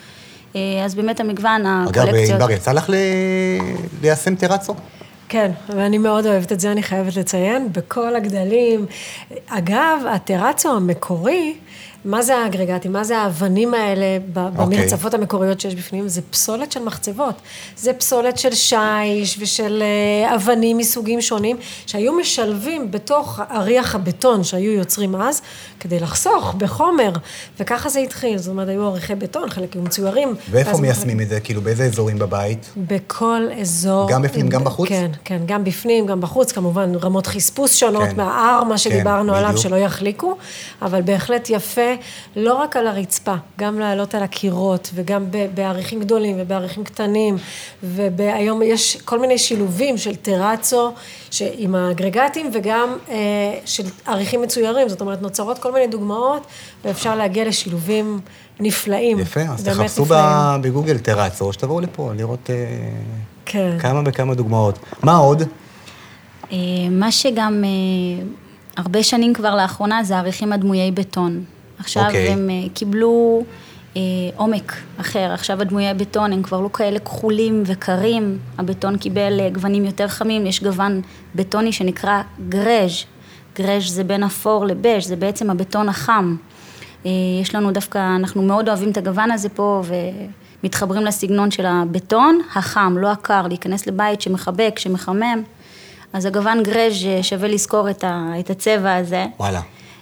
אז באמת המגוון, הקולקציות. אגב, ענבר, יצא לך ליישם טרצו? כן, ואני מאוד אוהבת את זה, אני חייבת לציין, בכל הגדלים. אגב, הטרצו המקורי, מה זה האגרגטים, מה זה האבנים האלה במרצפות המקוריות שיש בפנים? זה פסולת של מחצבות, זה פסולת של שיש ושל אבנים מסוגים שונים, שהיו משלבים בתוך אריח הבטון שהיו יוצרים אז, כדי לחסוך בחומר, וככה זה התחיל, זאת אומרת, היו עריכי בטון, חלק היו מצוירים. ואיפה מיישמים את זה? כאילו, באיזה אזורים בבית? בכל אזור. גם בפנים, גם בחוץ? כן, כן, גם בפנים, גם בחוץ, כמובן רמות חספוס שונות מהאר, מה שדיברנו עליו, שלא יחליקו, אבל בהחלט יפה, לא רק על הרצפה, גם לעלות על הקירות, וגם בעריכים גדולים ובעריכים קטנים, והיום יש כל מיני שילובים של טרצו, עם האגרגטים, וגם אה, של עריכים מצוירים, זאת אומרת, נוצרות כל מיני דוגמאות, ואפשר להגיע לשילובים נפלאים. יפה, אז תחפשו בגוגל טרצו, שתבואו לפה, לראות אה, כן. כמה וכמה דוגמאות. מה עוד? אה, מה שגם אה, הרבה שנים כבר לאחרונה, זה עריכים הדמויי בטון. עכשיו okay. הם uh, קיבלו uh, עומק אחר, עכשיו הדמויי בטון הם כבר לא כאלה כחולים וקרים, הבטון קיבל uh, גוונים יותר חמים, יש גוון בטוני שנקרא גרז', גרז' זה בין אפור לבז', זה בעצם הבטון החם, uh, יש לנו דווקא, אנחנו מאוד אוהבים את הגוון הזה פה ומתחברים לסגנון של הבטון החם, לא הקר, להיכנס לבית שמחבק, שמחמם, אז הגוון גרז' שווה לזכור את, ה, את הצבע הזה. וואלה.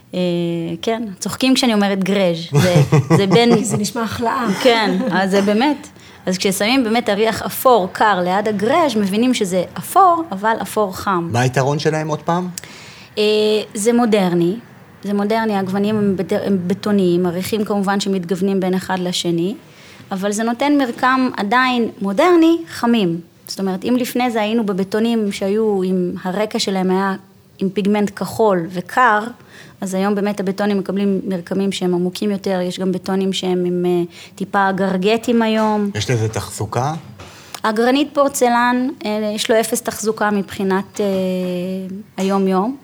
כן, צוחקים כשאני אומרת גרז', זה, זה בין... זה נשמע החלאה. כן, אז זה באמת. אז כששמים באמת אריח אפור קר ליד הגרז', מבינים שזה אפור, אבל אפור חם. מה היתרון שלהם עוד פעם? זה מודרני, זה מודרני, הגוונים הם בטוניים, עריכים כמובן שמתגוונים בין אחד לשני, אבל זה נותן מרקם עדיין מודרני, חמים. זאת אומרת, אם לפני זה היינו בבטונים שהיו עם הרקע שלהם היה עם פיגמנט כחול וקר, אז היום באמת הבטונים מקבלים מרקמים שהם עמוקים יותר, יש גם בטונים שהם עם טיפה גרגטים היום. יש לזה תחזוקה? הגרנית פורצלן, יש לו אפס תחזוקה מבחינת היום-יום.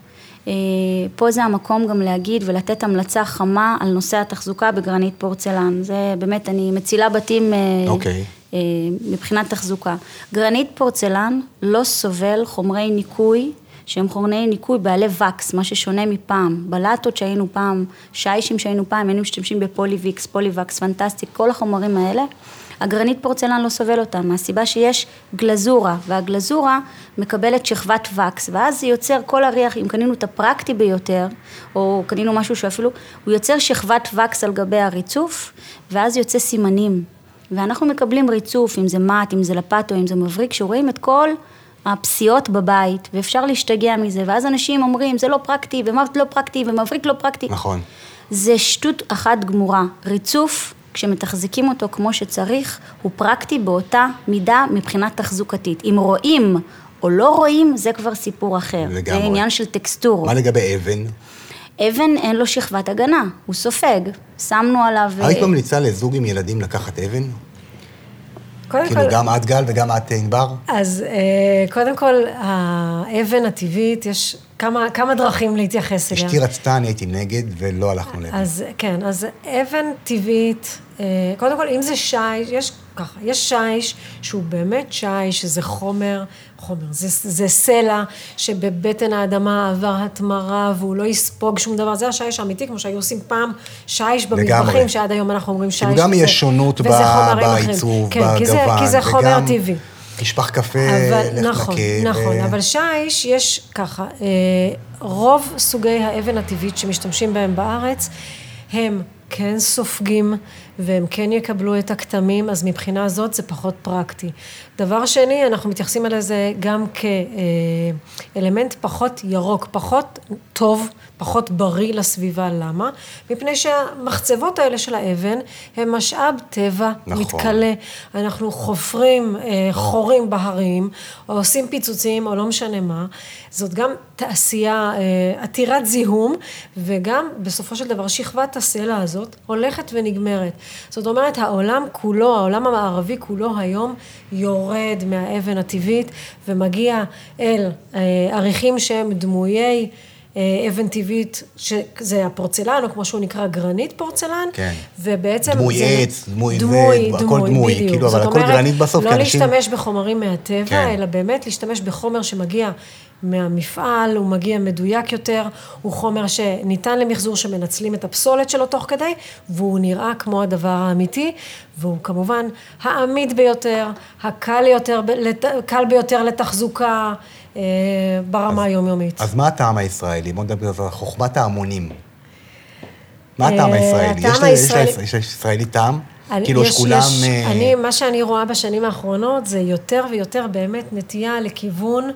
פה זה המקום גם להגיד ולתת המלצה חמה על נושא התחזוקה בגרנית פורצלן. זה באמת, אני מצילה בתים okay. מבחינת תחזוקה. גרנית פורצלן לא סובל חומרי ניקוי, שהם חומרי ניקוי בעלי וקס, מה ששונה מפעם. בלטות שהיינו פעם, שיישים שהיינו פעם, היינו משתמשים בפוליוויקס, פוליווקס, פנטסטיק, כל החומרים האלה. הגרנית פורצלן לא סובל אותם, מהסיבה שיש גלזורה, והגלזורה מקבלת שכבת וקס, ואז זה יוצר כל הריח, אם קנינו את הפרקטי ביותר, או קנינו משהו שאפילו, הוא יוצר שכבת וקס על גבי הריצוף, ואז יוצא סימנים. ואנחנו מקבלים ריצוף, אם זה מט, אם זה לפטו, אם זה מבריק, שרואים את כל הפסיעות בבית, ואפשר להשתגע מזה, ואז אנשים אומרים, זה לא פרקטי, ומט לא פרקטי, ומבריק לא פרקטי. נכון. זה שטות אחת גמורה. ריצוף, כשמתחזיקים אותו כמו שצריך, הוא פרקטי באותה מידה מבחינת תחזוקתית. אם רואים או לא רואים, זה כבר סיפור אחר. לגמרי. זה עניין של טקסטור. מה לגבי אבן? אבן אין לו שכבת הגנה, הוא סופג. שמנו עליו... היית ממליצה לזוג עם ילדים לקחת אבן? קודם כאילו כל, גם את גל וגם את ענבר? אז קודם כל, האבן הטבעית, יש כמה, כמה דרכים להתייחס אליה. אשתי רצתה, אני הייתי נגד ולא הלכנו לאבן. אז כן, אז אבן טבעית, קודם כל, אם זה שיש, יש ככה, יש שיש שהוא באמת שיש, שזה חומר, חומר, זה, זה סלע שבבטן האדמה עבר התמרה והוא לא יספוג שום דבר, זה השיש האמיתי, כמו שהיו עושים פעם שיש במטבחים, שעד היום אנחנו אומרים שיש. גם יש שונות בעיצוב, בגוון, כי זה חומר טבעי. תשפך קפה, לך נכון, נקה. נכון, אבל שיש, יש ככה, רוב סוגי האבן הטבעית שמשתמשים בהם בארץ, הם כן סופגים, והם כן יקבלו את הכתמים, אז מבחינה הזאת זה פחות פרקטי. דבר שני, אנחנו מתייחסים על זה גם כאלמנט פחות ירוק, פחות טוב, פחות בריא לסביבה. למה? מפני שהמחצבות האלה של האבן, הם משאב טבע נכון. מתקלה. אנחנו חופרים חורים בהרים, או עושים פיצוצים, או לא משנה מה. זאת גם תעשייה עתירת זיהום, וגם בסופו של דבר שכבת הסלע הזאת הולכת ונגמרת. זאת אומרת, העולם כולו, העולם המערבי כולו היום יורד מהאבן הטבעית, ומגיע אל עריכים שהם דמויי אבן טבעית, שזה הפורצלן, או כמו שהוא נקרא גרנית פורצלן, כן. ובעצם דמוי זה... עץ, דמוי, דמוי, דמוי, הכל דמוי, בדיוק. כאילו, אבל הכל גרנית בסוף, לא כאנשים... להשתמש בחומרים מהטבע, כן. אלא באמת להשתמש בחומר שמגיע מהמפעל, הוא מגיע מדויק יותר, הוא חומר שניתן למחזור שמנצלים את הפסולת שלו תוך כדי, והוא נראה כמו הדבר האמיתי, והוא כמובן העמיד ביותר, הקל יותר, קל ביותר לתחזוקה, ברמה היומיומית. אז מה הטעם הישראלי? בוא נדבר על חוכמת ההמונים. מה הטעם הישראלי? יש לישראלי טעם? כאילו שכולם... אני, מה שאני רואה בשנים האחרונות, זה יותר ויותר באמת נטייה לכיוון,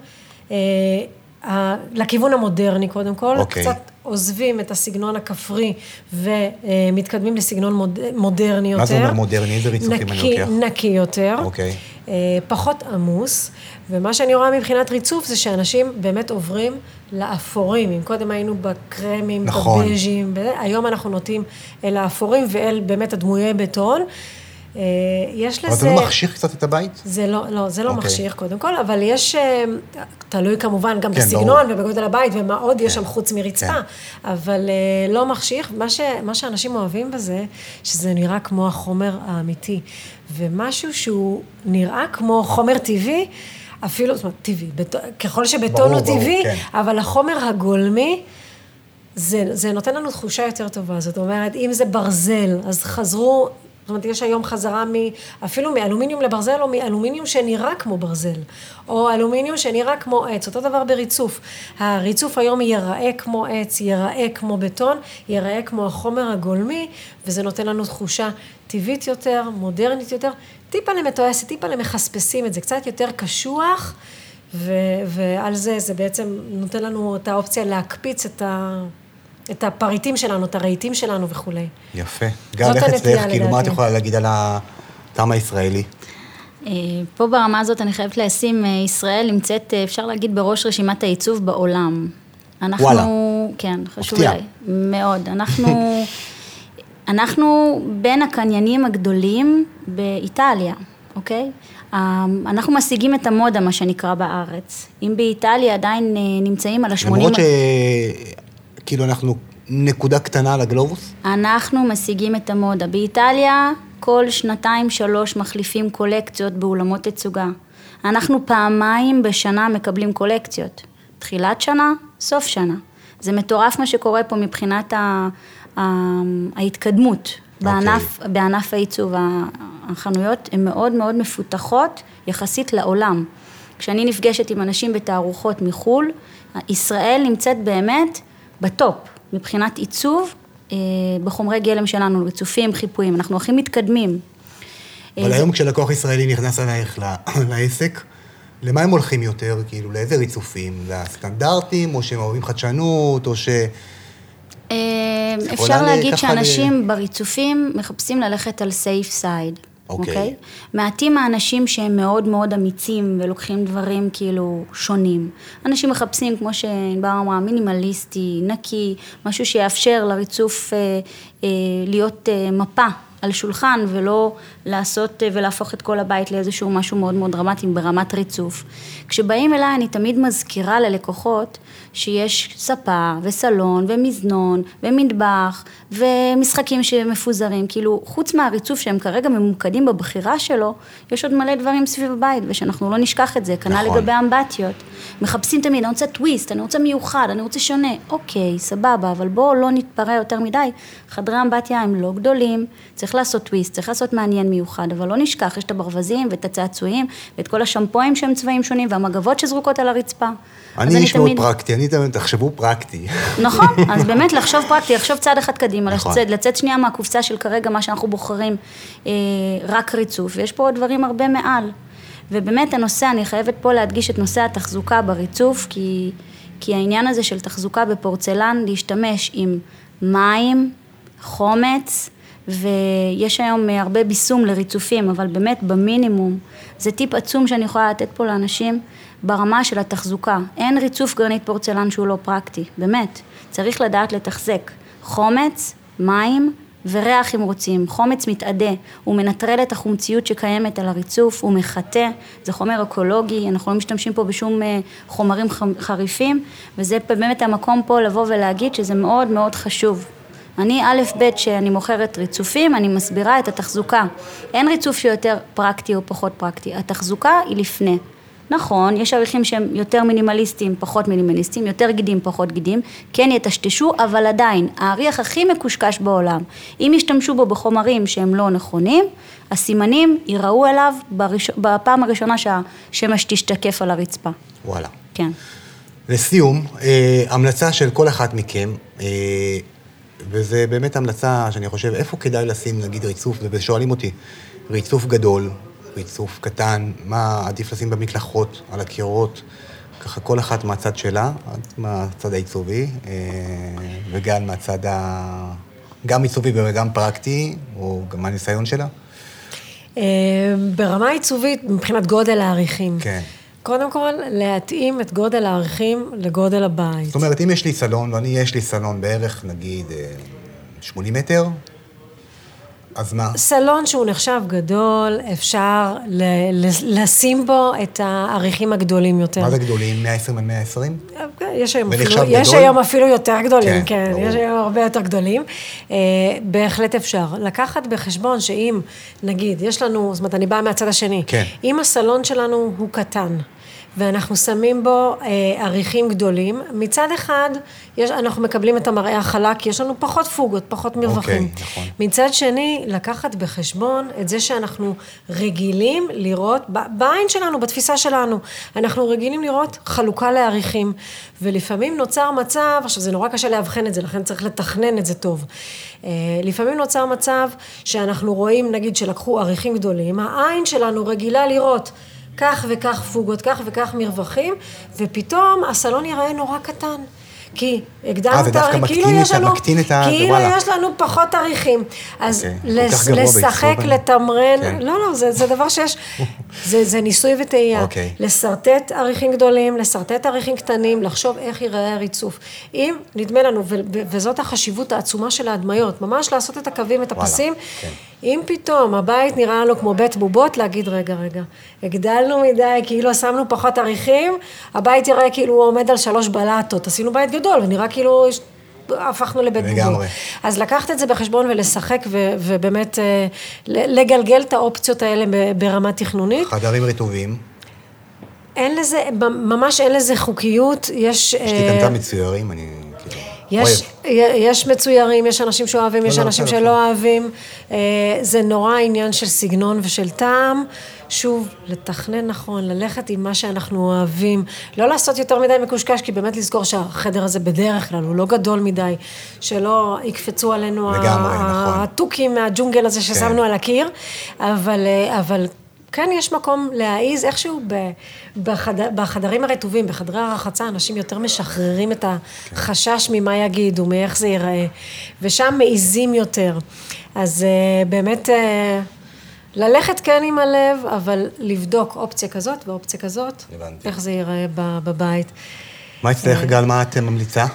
לכיוון המודרני קודם כל, קצת עוזבים את הסגנון הכפרי ומתקדמים לסגנון מודרני יותר. מה זה אומר מודרני? איזה ריצופים אני לוקח? נקי יותר. אוקיי. פחות עמוס, ומה שאני רואה מבחינת ריצוף זה שאנשים באמת עוברים לאפורים, אם קודם היינו בקרמים, נכון. בבז'ים, היום אנחנו נוטים אל האפורים ואל באמת הדמויי בטון. יש לזה... אבל זה לא מחשיך קצת את הבית? זה לא, לא, זה לא okay. מחשיך קודם כל, אבל יש, תלוי כמובן גם כן, בסגנון ברור. ובגודל הבית, ומה עוד כן. יש שם חוץ מרצפה, כן. אבל לא מחשיך. מה, ש, מה שאנשים אוהבים בזה, שזה נראה כמו החומר האמיתי, ומשהו שהוא נראה כמו חומר טבעי, אפילו, זאת אומרת, טבעי, בט... ככל שבטון הוא טבעי, כן. אבל החומר הגולמי, זה, זה נותן לנו תחושה יותר טובה. זאת אומרת, אם זה ברזל, אז חזרו, זאת אומרת, יש היום חזרה מ, אפילו מאלומיניום לברזל, או מאלומיניום שנראה כמו ברזל, או אלומיניום שנראה כמו עץ, אותו דבר בריצוף. הריצוף היום ייראה כמו עץ, ייראה כמו בטון, ייראה כמו החומר הגולמי, וזה נותן לנו תחושה טבעית יותר, מודרנית יותר, טיפה למתועסת, טיפה למחספסים את זה, קצת יותר קשוח, ו- ועל זה, זה בעצם נותן לנו את האופציה להקפיץ את, ה- את הפריטים שלנו, את הרהיטים שלנו וכו'. יפה. גל, איך אצלך, כאילו, מה את יכולה להגיד על הטעם הישראלי? פה ברמה הזאת אני חייבת לשים, ישראל נמצאת, אפשר להגיד, בראש רשימת העיצוב בעולם. אנחנו, וואלה. כן, חשוב לי, מאוד. אנחנו, אנחנו בין הקניינים הגדולים באיטליה, אוקיי? אנחנו משיגים את המודה, מה שנקרא בארץ. אם באיטליה עדיין נמצאים על ה-שמונים... למרות שכאילו אנחנו נקודה קטנה על הגלובוס? אנחנו משיגים את המודה. באיטליה כל שנתיים שלוש מחליפים קולקציות באולמות תצוגה. אנחנו פעמיים בשנה מקבלים קולקציות. תחילת שנה, סוף שנה. זה מטורף מה שקורה פה מבחינת ה... ההתקדמות בענף, okay. בענף העיצוב. החנויות הן מאוד מאוד מפותחות יחסית לעולם. כשאני נפגשת עם אנשים בתערוכות מחול, ישראל נמצאת באמת בטופ מבחינת עיצוב אה, בחומרי גלם שלנו, ריצופים, חיפויים, אנחנו הכי מתקדמים. אבל היום כשלקוח ישראלי נכנס עלייך לעסק, למה הם הולכים יותר? כאילו, לאיזה ריצופים? לסטנדרטים, או שהם אוהבים חדשנות, או ש... אפשר להגיד שאנשים בריצופים מחפשים ללכת על סייף סייד, אוקיי? מעטים האנשים שהם מאוד מאוד אמיצים ולוקחים דברים כאילו שונים. אנשים מחפשים, כמו שענבר אמרה, מינימליסטי, נקי, משהו שיאפשר לריצוף להיות מפה על שולחן, ולא לעשות ולהפוך את כל הבית לאיזשהו משהו מאוד מאוד דרמטי ברמת ריצוף. כשבאים אליי אני תמיד מזכירה ללקוחות שיש ספה וסלון ומזנון ומטבח ומשחקים שמפוזרים, כאילו חוץ מהריצוף שהם כרגע ממוקדים בבחירה שלו, יש עוד מלא דברים סביב הבית, ושאנחנו לא נשכח את זה, כנ"ל נכון. לגבי אמבטיות. מחפשים תמיד, אני רוצה טוויסט, אני רוצה מיוחד, אני רוצה שונה, אוקיי, סבבה, אבל בואו לא נתפרע יותר מדי, חדרי אמבטיה הם לא גדולים, צריך לעשות טוויסט, צריך לעשות מעניין מיוחד, אבל לא נשכח, יש את הברווזים ואת הצעצועים, ואת כל השמפויים שהם צבעים שונים, והמגבות שזרוקות על הרצפה. אני איש מאוד פרקטי, אני תמיד, תחשבו פרקטי. נכון, אז באמת לחשוב פרקטי, לחשוב צעד אחד קדימה, לצאת שנייה מהקופסה של כרגע מה שאנחנו בוחרים, רק ריצוף, ויש פה עוד דברים הרבה מעל. ובאמת הנושא, אני חייבת פה להדגיש את נושא התחזוקה בריצוף, כי, כי העניין הזה של תחזוקה בפורצלן, להשתמש עם מים, חומץ, ויש היום הרבה ביסום לריצופים, אבל באמת במינימום, זה טיפ עצום שאני יכולה לתת פה לאנשים, ברמה של התחזוקה. אין ריצוף גרנית פורצלן שהוא לא פרקטי, באמת. צריך לדעת לתחזק. חומץ, מים וריח אם רוצים. חומץ מתעדה, הוא מנטרל את החומציות שקיימת על הריצוף, הוא מחטא, זה חומר אקולוגי, אנחנו לא משתמשים פה בשום חומרים חריפים, וזה באמת המקום פה לבוא ולהגיד שזה מאוד מאוד חשוב. אני א' ב' שאני מוכרת ריצופים, אני מסבירה את התחזוקה. אין ריצוף שיותר פרקטי או פחות פרקטי, התחזוקה היא לפני. נכון, יש עריכים שהם יותר מינימליסטיים, פחות מינימליסטיים, יותר גידים, פחות גידים, כן יתשתשו, אבל עדיין, העריך הכי מקושקש בעולם, אם ישתמשו בו בחומרים שהם לא נכונים, הסימנים ייראו אליו בראש... בפעם הראשונה שהשמש תשתקף על הרצפה. וואלה. כן. לסיום, אה, המלצה של כל אחת מכם, אה, וזה באמת המלצה שאני חושב, איפה כדאי לשים, נגיד, ריצוף, ושואלים אותי, ריצוף גדול, ריצוף קטן, מה עדיף לשים במקלחות, על הקירות, ככה כל אחת מהצד שלה, מהצד העיצובי, וגם מהצד ה... גם עיצובי וגם פרקטי, או גם מהניסיון שלה. ברמה עיצובית, מבחינת גודל העריכים. כן. קודם כל, להתאים את גודל העריכים לגודל הבית. זאת אומרת, אם יש לי סלון, ואני יש לי סלון בערך, נגיד, שמונים מטר, אז מה? סלון שהוא נחשב גדול, אפשר ל- לשים בו את העריכים הגדולים יותר. מה זה גדולים? מאה ועשרים עד מאה ועשרים? יש היום, אפילו, יש היום אפילו יותר גדולים, כן, כן יש היום הרבה יותר גדולים. אה, בהחלט אפשר. לקחת בחשבון שאם, נגיד, יש לנו, זאת אומרת, אני באה מהצד השני, כן. אם הסלון שלנו הוא קטן, ואנחנו שמים בו אה, עריכים גדולים. מצד אחד, יש, אנחנו מקבלים את המראה החלק, כי יש לנו פחות פוגות, פחות מרווחים. Okay, נכון. מצד שני, לקחת בחשבון את זה שאנחנו רגילים לראות, בעין שלנו, בתפיסה שלנו, אנחנו רגילים לראות חלוקה לעריכים, ולפעמים נוצר מצב, עכשיו זה נורא קשה להבחן את זה, לכן צריך לתכנן את זה טוב. אה, לפעמים נוצר מצב שאנחנו רואים, נגיד, שלקחו עריכים גדולים, העין שלנו רגילה לראות, כך וכך פוגות, כך וכך מרווחים, ופתאום הסלון ייראה נורא קטן. כי הגדלנו את העריכים, כאילו יש לנו, כאילו יש לנו פחות עריכים. אז לשחק, לתמרן, לא, לא, זה דבר שיש, זה ניסוי וטעייה. לסרטט עריכים גדולים, לסרטט עריכים קטנים, לחשוב איך ייראה הריצוף. אם נדמה לנו, וזאת החשיבות העצומה של ההדמיות, ממש לעשות את הקווים, את הפסים, אם פתאום הבית נראה לו כמו בית בובות, להגיד רגע, רגע, הגדלנו מדי, כאילו שמנו פחות עריכים, הבית יראה כאילו הוא עומד על שלוש בלטות, עשינו בית גדול, ונראה כאילו הפכנו לבית בובות. אז לקחת את זה בחשבון ולשחק, ובאמת לגלגל את האופציות האלה ברמה תכנונית. חדרים רטובים. אין לזה, ממש אין לזה חוקיות, יש... יש לי קנתה מצוירים, אני כאילו... יש, יש מצוירים, יש אנשים שאוהבים, יש אנשים שלא אוהבים, זה נורא עניין של סגנון ושל טעם, שוב, לתכנן נכון, ללכת עם מה שאנחנו אוהבים, לא לעשות יותר מדי מקושקש, כי באמת לזכור שהחדר הזה בדרך כלל, הוא לא גדול מדי, שלא יקפצו עלינו הטוקים מהג'ונגל הזה ששמנו על הקיר, אבל, אבל כן יש מקום להעיז איכשהו בחדר, בחדרים הרטובים, בחדרי הרחצה, אנשים יותר משחררים את החשש ממה יגידו, מאיך זה ייראה, ושם מעיזים יותר. אז באמת ללכת כן עם הלב, אבל לבדוק אופציה כזאת ואופציה כזאת, הבנתי. איך זה ייראה בבית. מה אצלך גל, מה את ממליצה?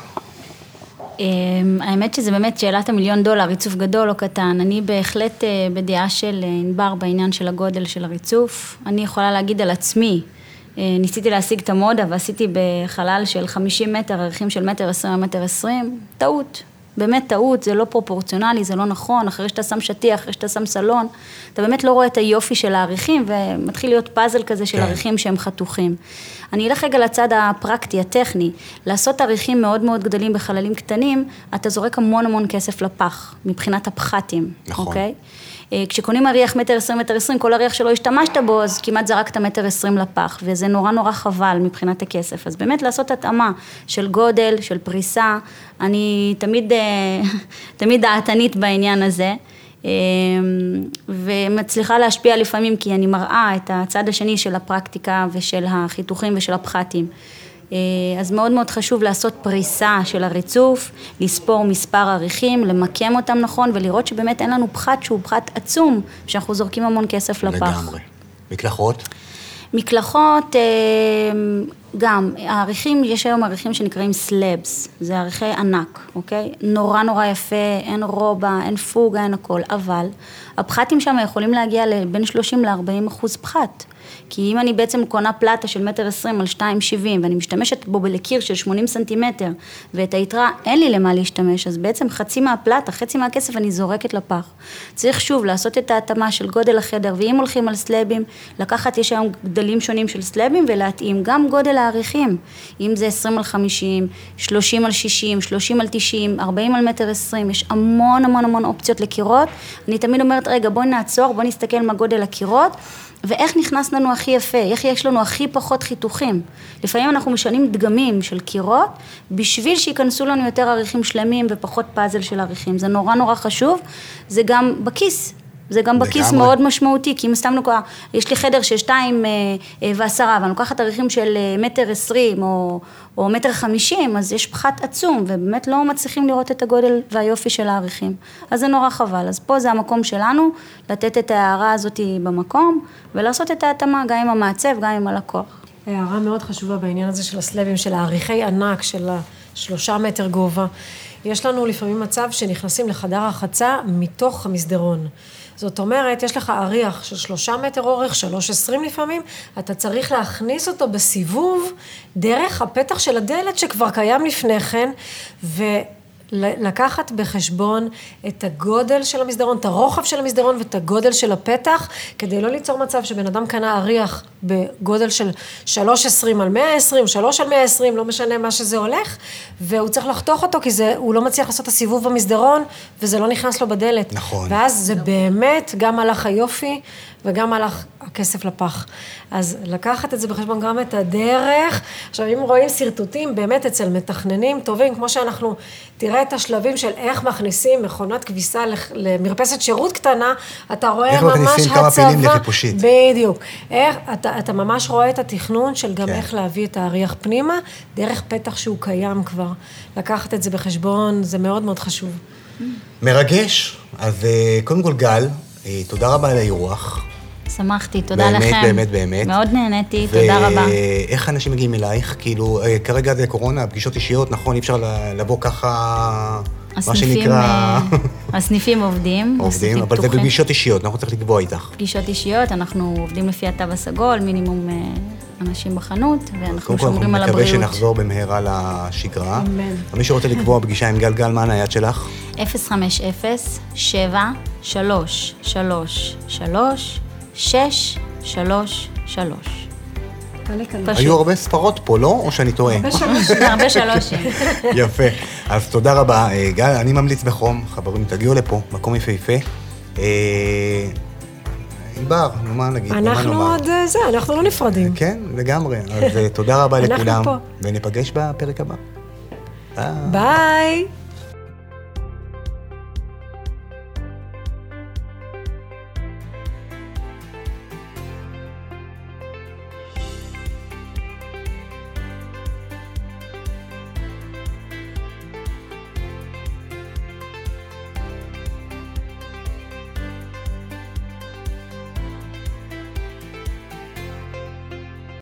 האמת שזה באמת שאלת המיליון דולר, ריצוף גדול או קטן. אני בהחלט בדעה של ענבר בעניין של הגודל של הריצוף. אני יכולה להגיד על עצמי, ניסיתי להשיג את המודה ועשיתי בחלל של חמישים מטר, ערכים של מטר עשרים, מטר עשרים, טעות. באמת טעות, זה לא פרופורציונלי, זה לא נכון, אחרי שאתה שם שטיח, אחרי שאתה שם סלון, אתה באמת לא רואה את היופי של העריכים, ומתחיל להיות פאזל כזה של עריכים שהם חתוכים. אני אלך רגע לצד הפרקטי, הטכני, לעשות עריכים מאוד מאוד גדולים בחללים קטנים, אתה זורק המון המון כסף לפח, מבחינת הפחתים, נכון. אוקיי? כשקונים אריח מטר עשרים, מטר עשרים, כל אריח שלא השתמשת בו, אז כמעט זרקת מטר עשרים לפח, וזה נורא נורא חבל מבחינת הכסף. אז באמת לעשות התאמה של גודל, של פריסה, אני תמיד, תמיד דעתנית בעניין הזה, ומצליחה להשפיע לפעמים, כי אני מראה את הצד השני של הפרקטיקה, ושל החיתוכים ושל הפחתים. אז מאוד מאוד חשוב לעשות פריסה של הריצוף, לספור מספר עריכים, למקם אותם נכון, ולראות שבאמת אין לנו פחת שהוא פחת עצום, שאנחנו זורקים המון כסף לפח. לגמרי. מקלחות? מקלחות, גם, העריכים, יש היום עריכים שנקראים סלאבס, זה עריכי ענק, אוקיי? נורא נורא יפה, אין רובה, אין פוגה, אין הכל, אבל הפחתים שם יכולים להגיע לבין שלושים לארבעים אחוז פחת. כי אם אני בעצם קונה פלטה של מטר עשרים על שתיים שבעים, ואני משתמשת בו בלקיר של שמונים סנטימטר, ואת היתרה אין לי למה להשתמש, אז בעצם חצי מהפלטה, חצי מהכסף אני זורקת לפח. צריך שוב לעשות את ההתאמה של גודל החדר, ואם הולכים על סלאבים, לקחת, יש היום גדלים שונים של סלאבים, ולהתאים גם גודל העריכים. אם זה עשרים על חמישים, שלושים על שישים, שלושים על תשעים, ארבעים על מטר עשרים, יש המון המון המון אופציות לקירות. אני תמיד אומרת, רגע, בואי נעצור, בואי נסתכל מה גודל הקירות, ואיך נכנס לנו הכי יפה, איך יש לנו הכי פחות חיתוכים. לפעמים אנחנו משנים דגמים של קירות, בשביל שיכנסו לנו יותר עריכים שלמים ופחות פאזל של עריכים. זה נורא נורא חשוב, זה גם בכיס. זה גם בכיס מאוד משמעותי, כי אם סתמנו כבר, יש לי חדר של שתיים ועשרה, ואני לוקחת עריכים של מטר עשרים או, או מטר חמישים, אז יש פחת עצום, ובאמת לא מצליחים לראות את הגודל והיופי של העריכים. אז זה נורא חבל. אז פה זה המקום שלנו, לתת את ההערה הזאת במקום, ולעשות את ההתאמה גם עם המעצב, גם עם הלקוח. הערה מאוד חשובה בעניין הזה של הסלבים, של העריכי ענק, של השלושה מטר גובה. יש לנו לפעמים מצב שנכנסים לחדר החצה מתוך המסדרון. זאת אומרת, יש לך אריח של שלושה מטר אורך, שלוש עשרים לפעמים, אתה צריך להכניס אותו בסיבוב דרך הפתח של הדלת שכבר קיים לפני כן, ולקחת בחשבון את הגודל של המסדרון, את הרוחב של המסדרון ואת הגודל של הפתח, כדי לא ליצור מצב שבן אדם קנה אריח בגודל של שלוש עשרים על מאה עשרים, שלוש על מאה עשרים, לא משנה מה שזה הולך, והוא צריך לחתוך אותו, כי זה, הוא לא מצליח לעשות את הסיבוב במסדרון, וזה לא נכנס לו בדלת. נכון. ואז זה באמת גם הלך היופי, וגם הלך הכסף לפח. אז לקחת את זה בחשבון גם את הדרך. עכשיו, אם רואים סרטוטים, באמת אצל מתכננים טובים, כמו שאנחנו, תראה את השלבים של איך מכניסים מכונת כביסה למרפסת שירות קטנה, אתה רואה איך ממש הצבה. איך מכניסים כמה פילים לחיפושית. בדיוק. איך, אתה, אתה ממש רואה את התכנון של גם כן. איך להביא את האריח פנימה, דרך פתח שהוא קיים כבר. לקחת את זה בחשבון, זה מאוד מאוד חשוב. מרגש. אז קודם כל גל, תודה רבה על האירוח. שמחתי, תודה באמת, לכם. באמת, באמת. מאוד נהניתי, תודה רבה. ואיך אנשים מגיעים אלייך? כאילו, כרגע זה קורונה, פגישות אישיות, נכון, אי אפשר לבוא ככה, מה שנקרא... הסניפים עובדים. עובדים, אבל זה בפגישות אישיות, אנחנו צריכים לקבוע איתך. פגישות אישיות, אנחנו עובדים לפי התו הסגול, מינימום אנשים בחנות, ואנחנו שומרים על הבריאות. מקווה שנחזור במהרה לשגרה. מי שרוצה לקבוע פגישה עם גל גל, מה הנייד שלך? אפס חמש אפס שבע שלוש שלוש שלוש שש שלוש שלוש. היו הרבה ספרות פה, לא? או שאני טועה? הרבה שלושים. הרבה שלושים. יפה. אז תודה רבה. גל, אני ממליץ בחום, חברים, תגיעו לפה, מקום יפהפה. ענבר, נו מה נגיד? אנחנו עוד זה, אנחנו לא נפרדים. כן, לגמרי. אז תודה רבה לכולם. וניפגש בפרק הבא. ביי.